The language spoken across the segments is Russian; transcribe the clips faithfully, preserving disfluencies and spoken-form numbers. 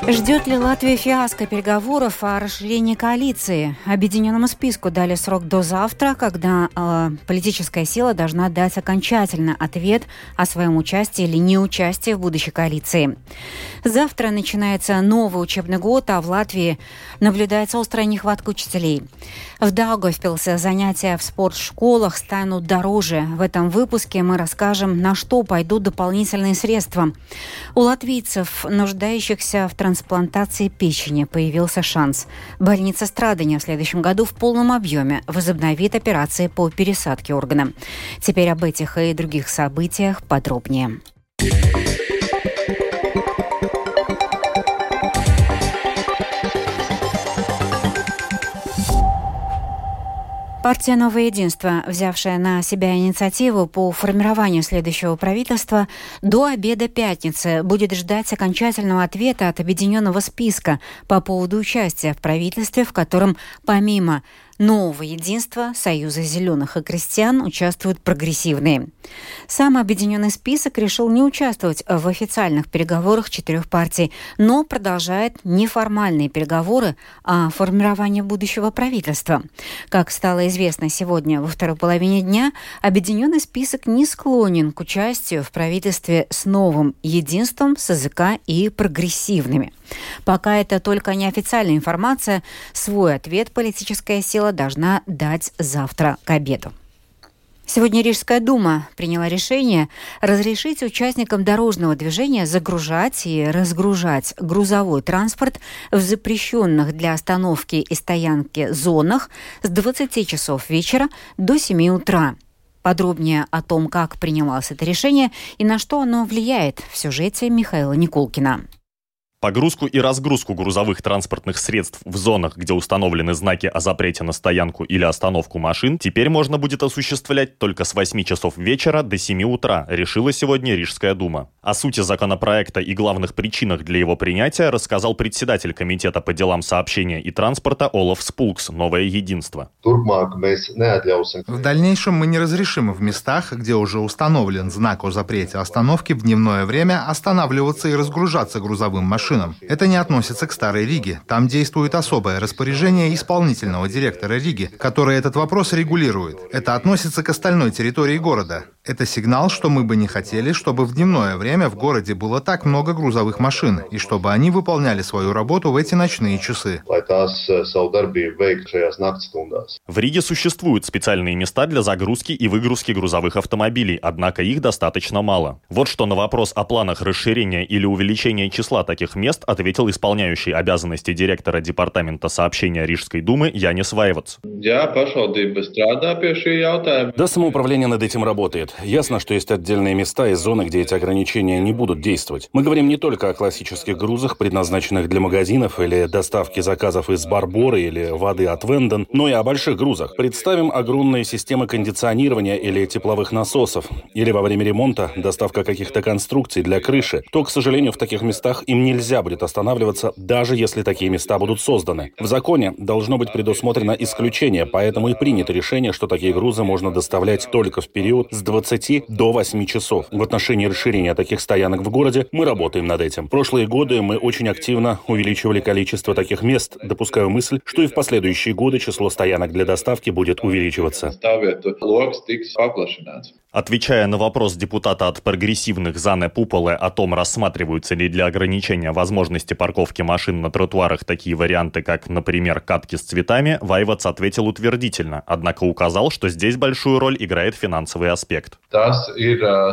Ждет ли Латвия фиаско переговоров о расширении коалиции? Объединенному списку дали срок до завтра, когда э, политическая сила должна дать окончательный ответ о своем участии или неучастии в будущей коалиции. Завтра начинается новый учебный год, а в Латвии наблюдается острая нехватка учителей. В Даугавпилсе занятия в спортшколах станут дороже. В этом выпуске мы расскажем, на что пойдут дополнительные средства. У латвийцев, нуждающихся в трансплантации печени, появился шанс. Больница Страдания в следующем году в полном объеме возобновит операции по пересадке органа. Теперь об этих и других событиях подробнее. Партия «Новое единство», взявшая на себя инициативу по формированию следующего правительства, до обеда пятницы будет ждать окончательного ответа от объединенного списка по поводу участия в правительстве, в котором помимо «Нового единства», Союза зеленых и крестьян участвуют прогрессивные. Сам объединенный список решил не участвовать в официальных переговорах четырех партий, но продолжает неформальные переговоры о формировании будущего правительства. Как стало известно сегодня во второй половине дня, объединенный список не склонен к участию в правительстве с Новым единством, с СЗК и прогрессивными. Пока это только неофициальная информация, свой ответ политическая сила должна дать завтра к обеду. Сегодня Рижская дума приняла решение разрешить участникам дорожного движения загружать и разгружать грузовой транспорт в запрещенных для остановки и стоянки зонах с двадцати часов вечера до семи утра. Подробнее о том, как принималось это решение и на что оно влияет, в сюжете Михаила Никулкина. Погрузку и разгрузку грузовых транспортных средств в зонах, где установлены знаки о запрете на стоянку или остановку машин, теперь можно будет осуществлять только с восьми часов вечера до семи утра, решила сегодня Рижская дума. О сути законопроекта и главных причинах для его принятия рассказал председатель Комитета по делам сообщения и транспорта Олаф Спулкс, «Новое единство». В дальнейшем мы не разрешим в местах, где уже установлен знак о запрете остановки, в дневное время останавливаться и разгружаться грузовым машинам. Это не относится к Старой Риге. Там действует особое распоряжение исполнительного директора Риги, которое этот вопрос регулирует. Это относится к остальной территории города. Это сигнал, что мы бы не хотели, чтобы в дневное время в городе было так много грузовых машин, и чтобы они выполняли свою работу в эти ночные часы. В Риге существуют специальные места для загрузки и выгрузки грузовых автомобилей, однако их достаточно мало. Вот что на вопрос о планах расширения или увеличения числа таких мест ответил исполняющий обязанности директора департамента сообщения Рижской думы Янис Вайвац. Да, самоуправление над этим работает. Ясно, что есть отдельные места и зоны, где эти ограничения не будут действовать. Мы говорим не только о классических грузах, предназначенных для магазинов или доставки заказов из Барборы или воды от Венден, но и о больших грузах. Представим огромные системы кондиционирования или тепловых насосов, или во время ремонта доставка каких-то конструкций для крыши, то, к сожалению, в таких местах им нельзя будет останавливаться, даже если такие места будут созданы. В законе должно быть предусмотрено исключение, поэтому и принято решение, что такие грузы можно доставлять только в период с двадцати до восьми часов. В отношении расширения таких стоянок в городе мы работаем над этим. В прошлые годы мы очень активно увеличивали количество таких мест. Допускаю мысль, что и в последующие годы число стоянок для доставки будет увеличиваться. Отвечая на вопрос депутата от прогрессивных Зане Пуполе о том, рассматриваются ли для ограничения возможности парковки машин на тротуарах такие варианты, как, например, катки с цветами, Вайвац ответил утвердительно, однако указал, что здесь большую роль играет финансовый аспект. Это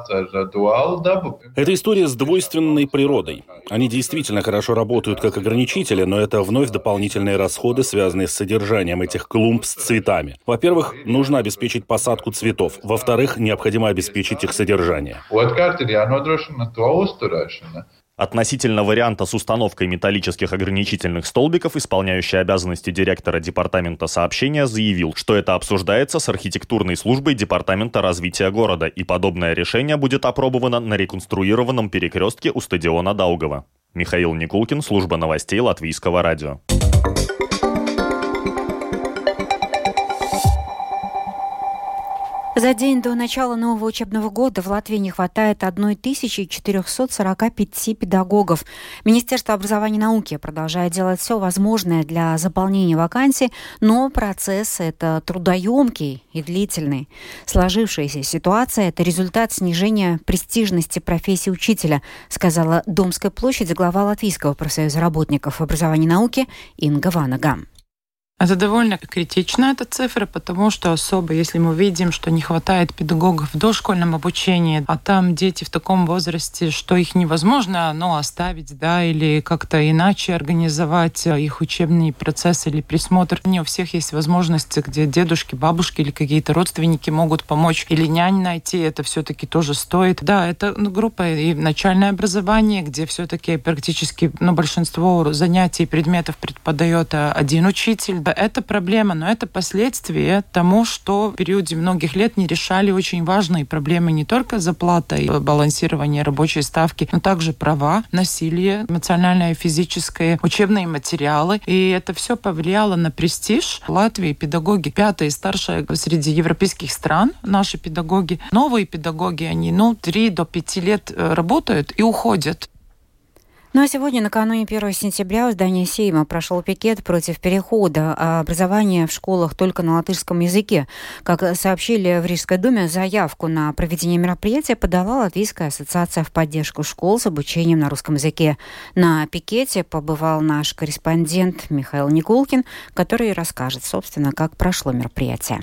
история с двойственной природой. Они действительно хорошо работают как ограничители, но это вновь дополнительные расходы, связанные с содержанием этих клумб с цветами. Во-первых, нужно обеспечить посадку цветов. Во-вторых, необходимо обеспечить их содержание. Относительно варианта с установкой металлических ограничительных столбиков, исполняющий обязанности директора департамента сообщения заявил, что это обсуждается с архитектурной службой департамента развития города, и подобное решение будет опробовано на реконструированном перекрестке у стадиона Даугава. Михаил Никулкин, служба новостей Латвийского радио. За день до начала нового учебного года в Латвии не хватает тысячи четыреста сорок пять педагогов. Министерство образования и науки продолжает делать все возможное для заполнения вакансий, но процесс это трудоемкий и длительный. Сложившаяся ситуация – это результат снижения престижности профессии учителя, сказала Домской площади глава Латвийского профсоюза работников образования и науки Инга Ванага. Это довольно критична эта цифра, потому что особо, если мы видим, что не хватает педагогов в дошкольном обучении, а там дети в таком возрасте, что их невозможно ну, оставить, да, или как-то иначе организовать их учебный процесс или присмотр. Не у всех есть возможности, где дедушки, бабушки или какие-то родственники могут помочь, или нянь найти, это все-таки тоже стоит. Да, это ну, группа и начальное образование, где все-таки практически ну, большинство занятий и предметов преподает один учитель. Это проблема, но это последствия тому, что в периоде многих лет не решали очень важные проблемы не только зарплата и балансирование рабочей ставки, но также права, насилие, эмоциональное и физическое, учебные материалы. И это все повлияло на престиж. В Латвии педагоги пятая и старшая среди европейских стран, наши педагоги. Новые педагоги, они ну, три до пяти лет работают и уходят. Ну а сегодня, накануне первого сентября, у здания Сейма прошел пикет против перехода образования в школах только на латышском языке. Как сообщили в Рижской думе, заявку на проведение мероприятия подала Латвийская ассоциация в поддержку школ с обучением на русском языке. На пикете побывал наш корреспондент Михаил Никулкин, который расскажет, собственно, как прошло мероприятие.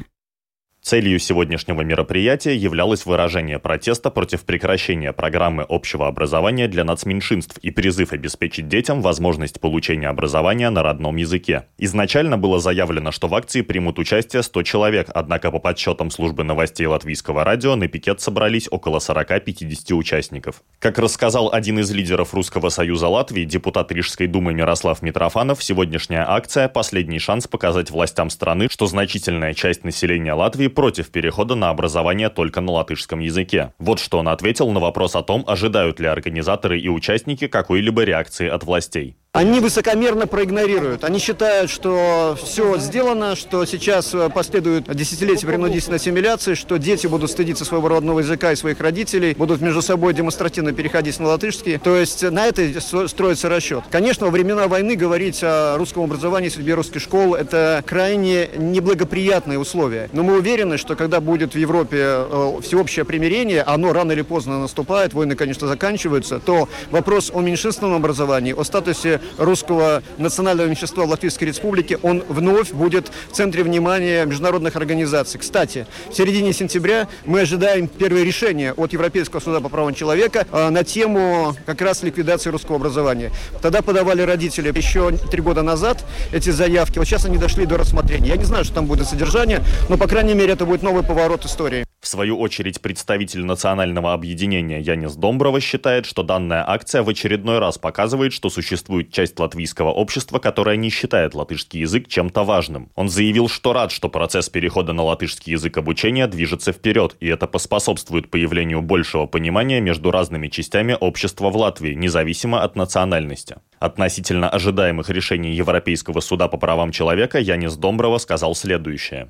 Целью сегодняшнего мероприятия являлось выражение протеста против прекращения программы общего образования для нацменьшинств и призыв обеспечить детям возможность получения образования на родном языке. Изначально было заявлено, что в акции примут участие сто человек, однако по подсчетам службы новостей Латвийского радио на пикет собрались около сорок-пятьдесят участников. Как рассказал один из лидеров Русского союза Латвии, депутат Рижской думы Мирослав Митрофанов, сегодняшняя акция – последний шанс показать властям страны, что значительная часть населения Латвии против перехода на образование только на латышском языке. Вот что он ответил на вопрос о том, ожидают ли организаторы и участники какой-либо реакции от властей. Они высокомерно проигнорируют. Они считают, что все сделано, что сейчас последует десятилетие принудительной ассимиляции, что дети будут стыдиться своего родного языка и своих родителей, будут между собой демонстративно переходить на латышский. То есть на это строится расчет. Конечно, во времена войны говорить о русском образовании среди русских школ – это крайне неблагоприятные условия. Но мы уверены, что когда будет в Европе всеобщее примирение, оно рано или поздно наступает, войны, конечно, заканчиваются, то вопрос о меньшинственном образовании, о статусе русского национального меньшинства в Латвийской Республике, он вновь будет в центре внимания международных организаций. Кстати, в середине сентября мы ожидаем первые решения от Европейского суда по правам человека на тему как раз ликвидации русского образования. Тогда подавали родители еще три года назад эти заявки. Вот сейчас они дошли до рассмотрения. Я не знаю, что там будет содержание, но, по крайней мере, это будет новый поворот истории. В свою очередь, представитель национального объединения Янис Домброва считает, что данная акция в очередной раз показывает, что существует часть латвийского общества, которая не считает латышский язык чем-то важным. Он заявил, что рад, что процесс перехода на латышский язык обучения движется вперед, и это поспособствует появлению большего понимания между разными частями общества в Латвии, независимо от национальности. Относительно ожидаемых решений Европейского суда по правам человека Янис Домброва сказал следующее.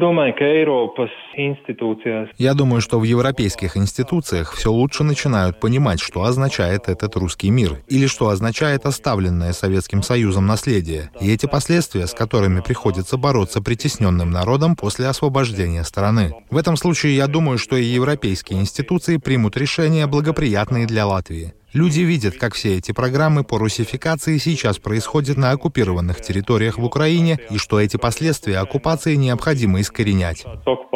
Я думаю, что в европейских институциях все лучше начинают понимать, что означает этот русский мир, или что означает оставленное Советским Союзом наследие, и эти последствия, с которыми приходится бороться притесненным народом после освобождения страны. В этом случае я думаю, что и европейские институции примут решения, благоприятные для Латвии. Люди видят, как все эти программы по русификации сейчас происходят на оккупированных территориях в Украине, и что эти последствия оккупации необходимо искоренять.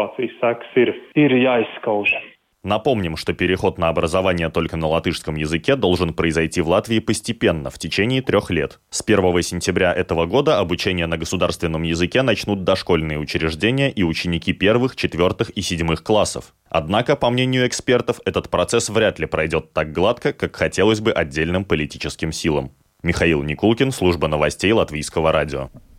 Напомним, что переход на образование только на латышском языке должен произойти в Латвии постепенно, в течение трех лет. С первого сентября этого года обучение на государственном языке начнут дошкольные учреждения и ученики первых, четвертых и седьмых классов. Однако, по мнению экспертов, этот процесс вряд ли пройдет так гладко, как хотелось бы отдельным политическим силам. Михаил Никулкин, служба новостей Латвийского радио.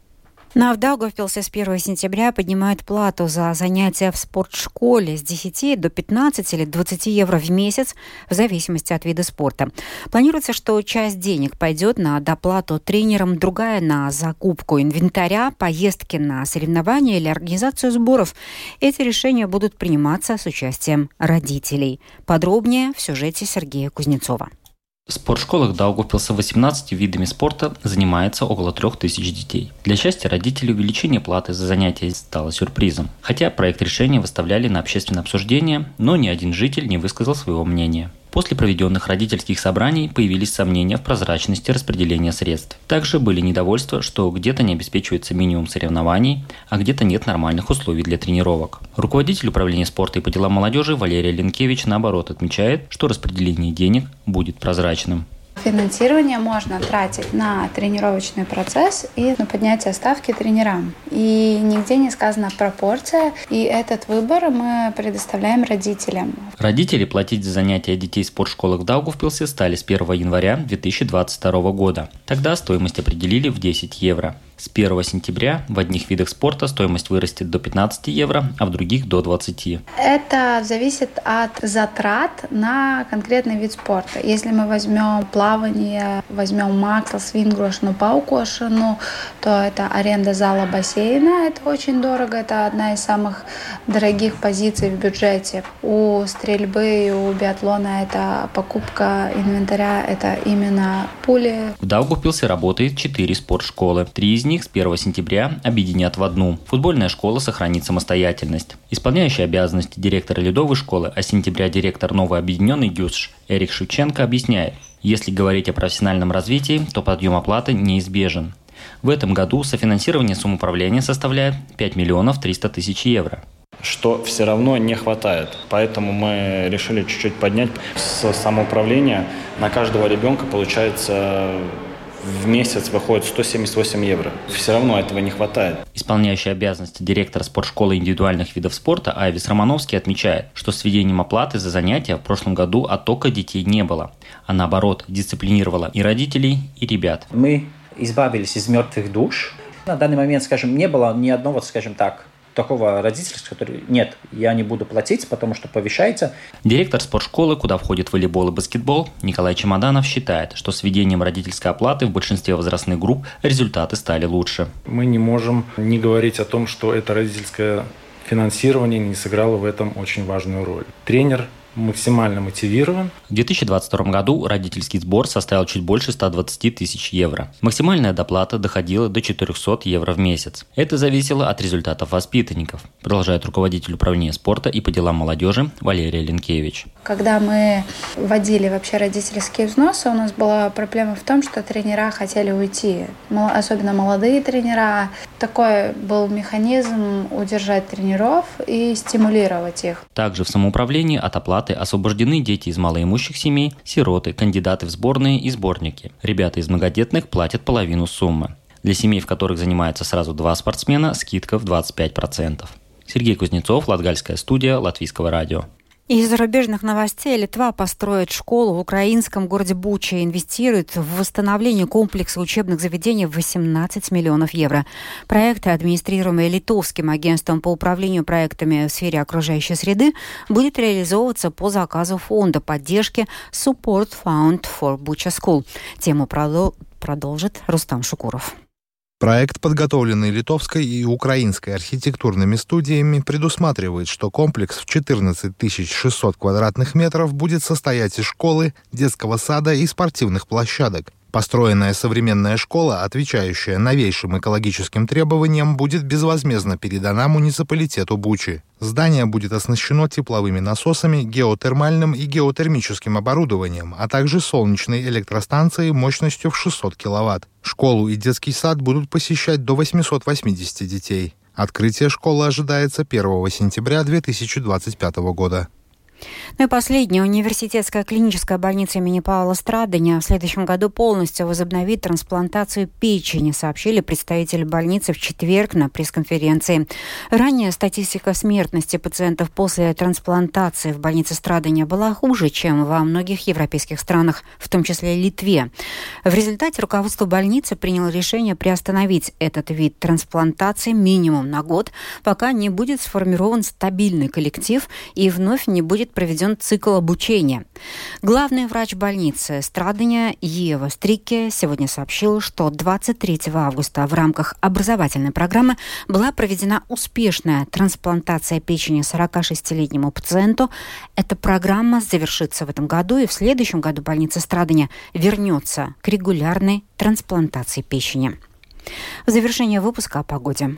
На Даугавпилсе с первого сентября поднимают плату за занятия в спортшколе с десяти до пятнадцати или двадцати евро в месяц, в зависимости от вида спорта. Планируется, что часть денег пойдет на доплату тренерам, другая на закупку инвентаря, поездки на соревнования или организацию сборов. Эти решения будут приниматься с участием родителей. Подробнее в сюжете Сергея Кузнецова. В спортшколах Даугавпилса восемнадцатью видами спорта занимается около трех тысяч детей. Для счастья родителей увеличение платы за занятия стало сюрпризом. Хотя проект решения выставляли на общественное обсуждение, но ни один житель не высказал своего мнения. После проведенных родительских собраний появились сомнения в прозрачности распределения средств. Также были недовольства, что где-то не обеспечивается минимум соревнований, а где-то нет нормальных условий для тренировок. Руководитель управления спорта и по делам молодежи Валерия Ленкевич, наоборот, отмечает, что распределение денег будет прозрачным. Финансирование можно тратить на тренировочный процесс и на поднятие ставки тренерам. И нигде не сказана пропорция, и этот выбор мы предоставляем родителям. Родители платить за занятия детей в спортшколах в Даугавпилсе стали с первого января две тысячи двадцать второго года. Тогда стоимость определили в десять евро. С первого сентября в одних видах спорта стоимость вырастет до пятнадцати евро, а в других до двадцати. Это зависит от затрат на конкретный вид спорта. Если мы возьмем плавание, возьмем макслс, вингрошну, паукошину, то это аренда зала бассейна, это очень дорого, это одна из самых дорогих позиций в бюджете. У стрельбы и у биатлона это покупка инвентаря, это именно пули. В Даугавпилсе работает четыре спортшколы. Три из них с первого сентября объединят в одну. Футбольная школа сохранит самостоятельность. Исполняющий обязанности директора ледовой школы, а с сентября директор новой объединенной ГЮСШ Эрик Шевченко объясняет, если говорить о профессиональном развитии, то подъем оплаты неизбежен. В этом году софинансирование самоуправления составляет пять миллионов триста тысяч евро. Что все равно не хватает. Поэтому мы решили чуть-чуть поднять с самоуправления. На каждого ребенка получается в месяц выходит сто семьдесят восемь евро. Все равно этого не хватает. Исполняющий обязанности директора спортшколы индивидуальных видов спорта Айвис Романовский отмечает, что с введением оплаты за занятия в прошлом году оттока детей не было, а наоборот дисциплинировала и родителей, и ребят. Мы избавились из мертвых душ. На данный момент, скажем, не было ни одного, скажем так, такого родительства, который нет, я не буду платить, потому что повышается. Директор спортшколы, куда входит волейбол и баскетбол, Николай Чемоданов считает, что с введением родительской оплаты в большинстве возрастных групп результаты стали лучше. Мы не можем не говорить о том, что это родительское финансирование не сыграло в этом очень важную роль. Тренер максимально мотивирован. В две тысячи двадцать втором году родительский сбор составил чуть больше ста двадцати тысяч евро. Максимальная доплата доходила до четырехсот евро в месяц. Это зависело от результатов воспитанников, продолжает руководитель управления спорта и по делам молодежи Валерия Ленкевич. Когда мы вводили вообще родительские взносы, у нас была проблема в том, что тренера хотели уйти. Особенно молодые тренера. Такой был механизм удержать тренеров и стимулировать их. Также в самоуправлении от оплаты освобождены дети из малоимущих семей, сироты, кандидаты в сборные и сборники. Ребята из многодетных платят половину суммы. Для семей, в которых занимаются сразу два спортсмена, скидка в двадцать пять процентов. Сергей Кузнецов, Латгальская студия, Латвийского радио. Из зарубежных новостей. Литва построит школу в украинском городе Буча и инвестирует в восстановление комплекса учебных заведений в восемнадцать миллионов евро. Проект, администрируемый Литовским агентством по управлению проектами в сфере окружающей среды, будет реализовываться по заказу фонда поддержки Support Fund for Bucha School. Тему продолжит Рустам Шукуров. Проект, подготовленный литовской и украинской архитектурными студиями, предусматривает, что комплекс в четырнадцать тысяч шестьсот квадратных метров будет состоять из школы, детского сада и спортивных площадок. Построенная современная школа, отвечающая новейшим экологическим требованиям, будет безвозмездно передана муниципалитету Бучи. Здание будет оснащено тепловыми насосами, геотермальным и геотермическим оборудованием, а также солнечной электростанцией мощностью в шестьсот киловатт. Школу и детский сад будут посещать до восемьсот восьмидесяти детей. Открытие школы ожидается первого сентября две тысячи двадцать пятого года. Ну и последнее. Университетская клиническая больница имени Паула Страдания в следующем году полностью возобновит трансплантацию печени, сообщили представители больницы в четверг на пресс-конференции. Ранее статистика смертности пациентов после трансплантации в больнице Страдания была хуже, чем во многих европейских странах, в том числе Литве. В результате руководство больницы приняло решение приостановить этот вид трансплантации минимум на год, пока не будет сформирован стабильный коллектив и вновь не будет проведен цикл обучения. Главный врач больницы Страдания Ева Стрикке сегодня сообщила, что двадцать третьего августа в рамках образовательной программы была проведена успешная трансплантация печени сорокашестилетнему пациенту. Эта программа завершится в этом году, и в следующем году больница Страдания вернется к регулярной трансплантации печени. В завершение выпуска о погоде.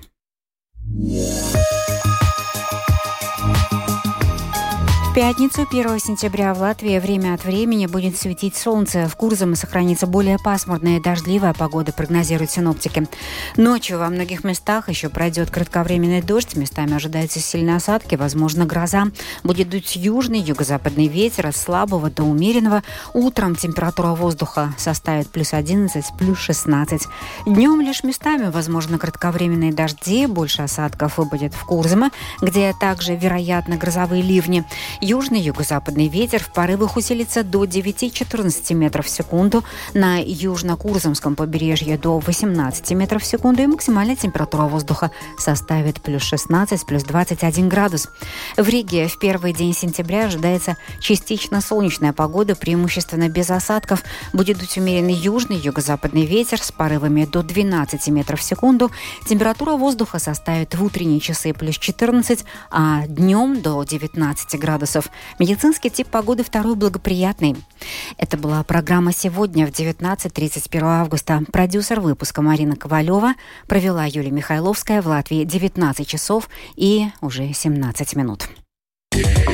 В пятницу, первого сентября, в Латвии время от времени будет светить солнце. В Курзаме сохранится более пасмурная и дождливая погода, прогнозируют синоптики. Ночью во многих местах еще пройдет кратковременный дождь. Местами ожидаются сильные осадки, возможно, гроза. Будет дуть южный, юго-западный ветер от слабого до умеренного. Утром температура воздуха составит плюс одиннадцать, плюс шестнадцать. Днем лишь местами возможно кратковременные дожди. Больше осадков выпадет в Курзаме, где также вероятны грозовые ливни. Южный юго-западный ветер в порывах усилится до девяти-четырнадцати метров в секунду. На южно-курзамском побережье до восемнадцати метров в секунду. И максимальная температура воздуха составит плюс шестнадцать, плюс двадцать один градус. В Риге в первый день сентября ожидается частично солнечная погода, преимущественно без осадков. Будет дуть умеренный южный юго-западный ветер с порывами до двенадцати метров в секунду. Температура воздуха составит в утренние часы плюс четырнадцать, а днем до девятнадцати градусов. Медицинский тип погоды второй благоприятный. Это была программа «Сегодня» в девятнадцать тридцать первого августа. Продюсер выпуска Марина Ковалева. Провела Юлия Михайловская. В Латвии девятнадцать часов и уже семнадцать минут.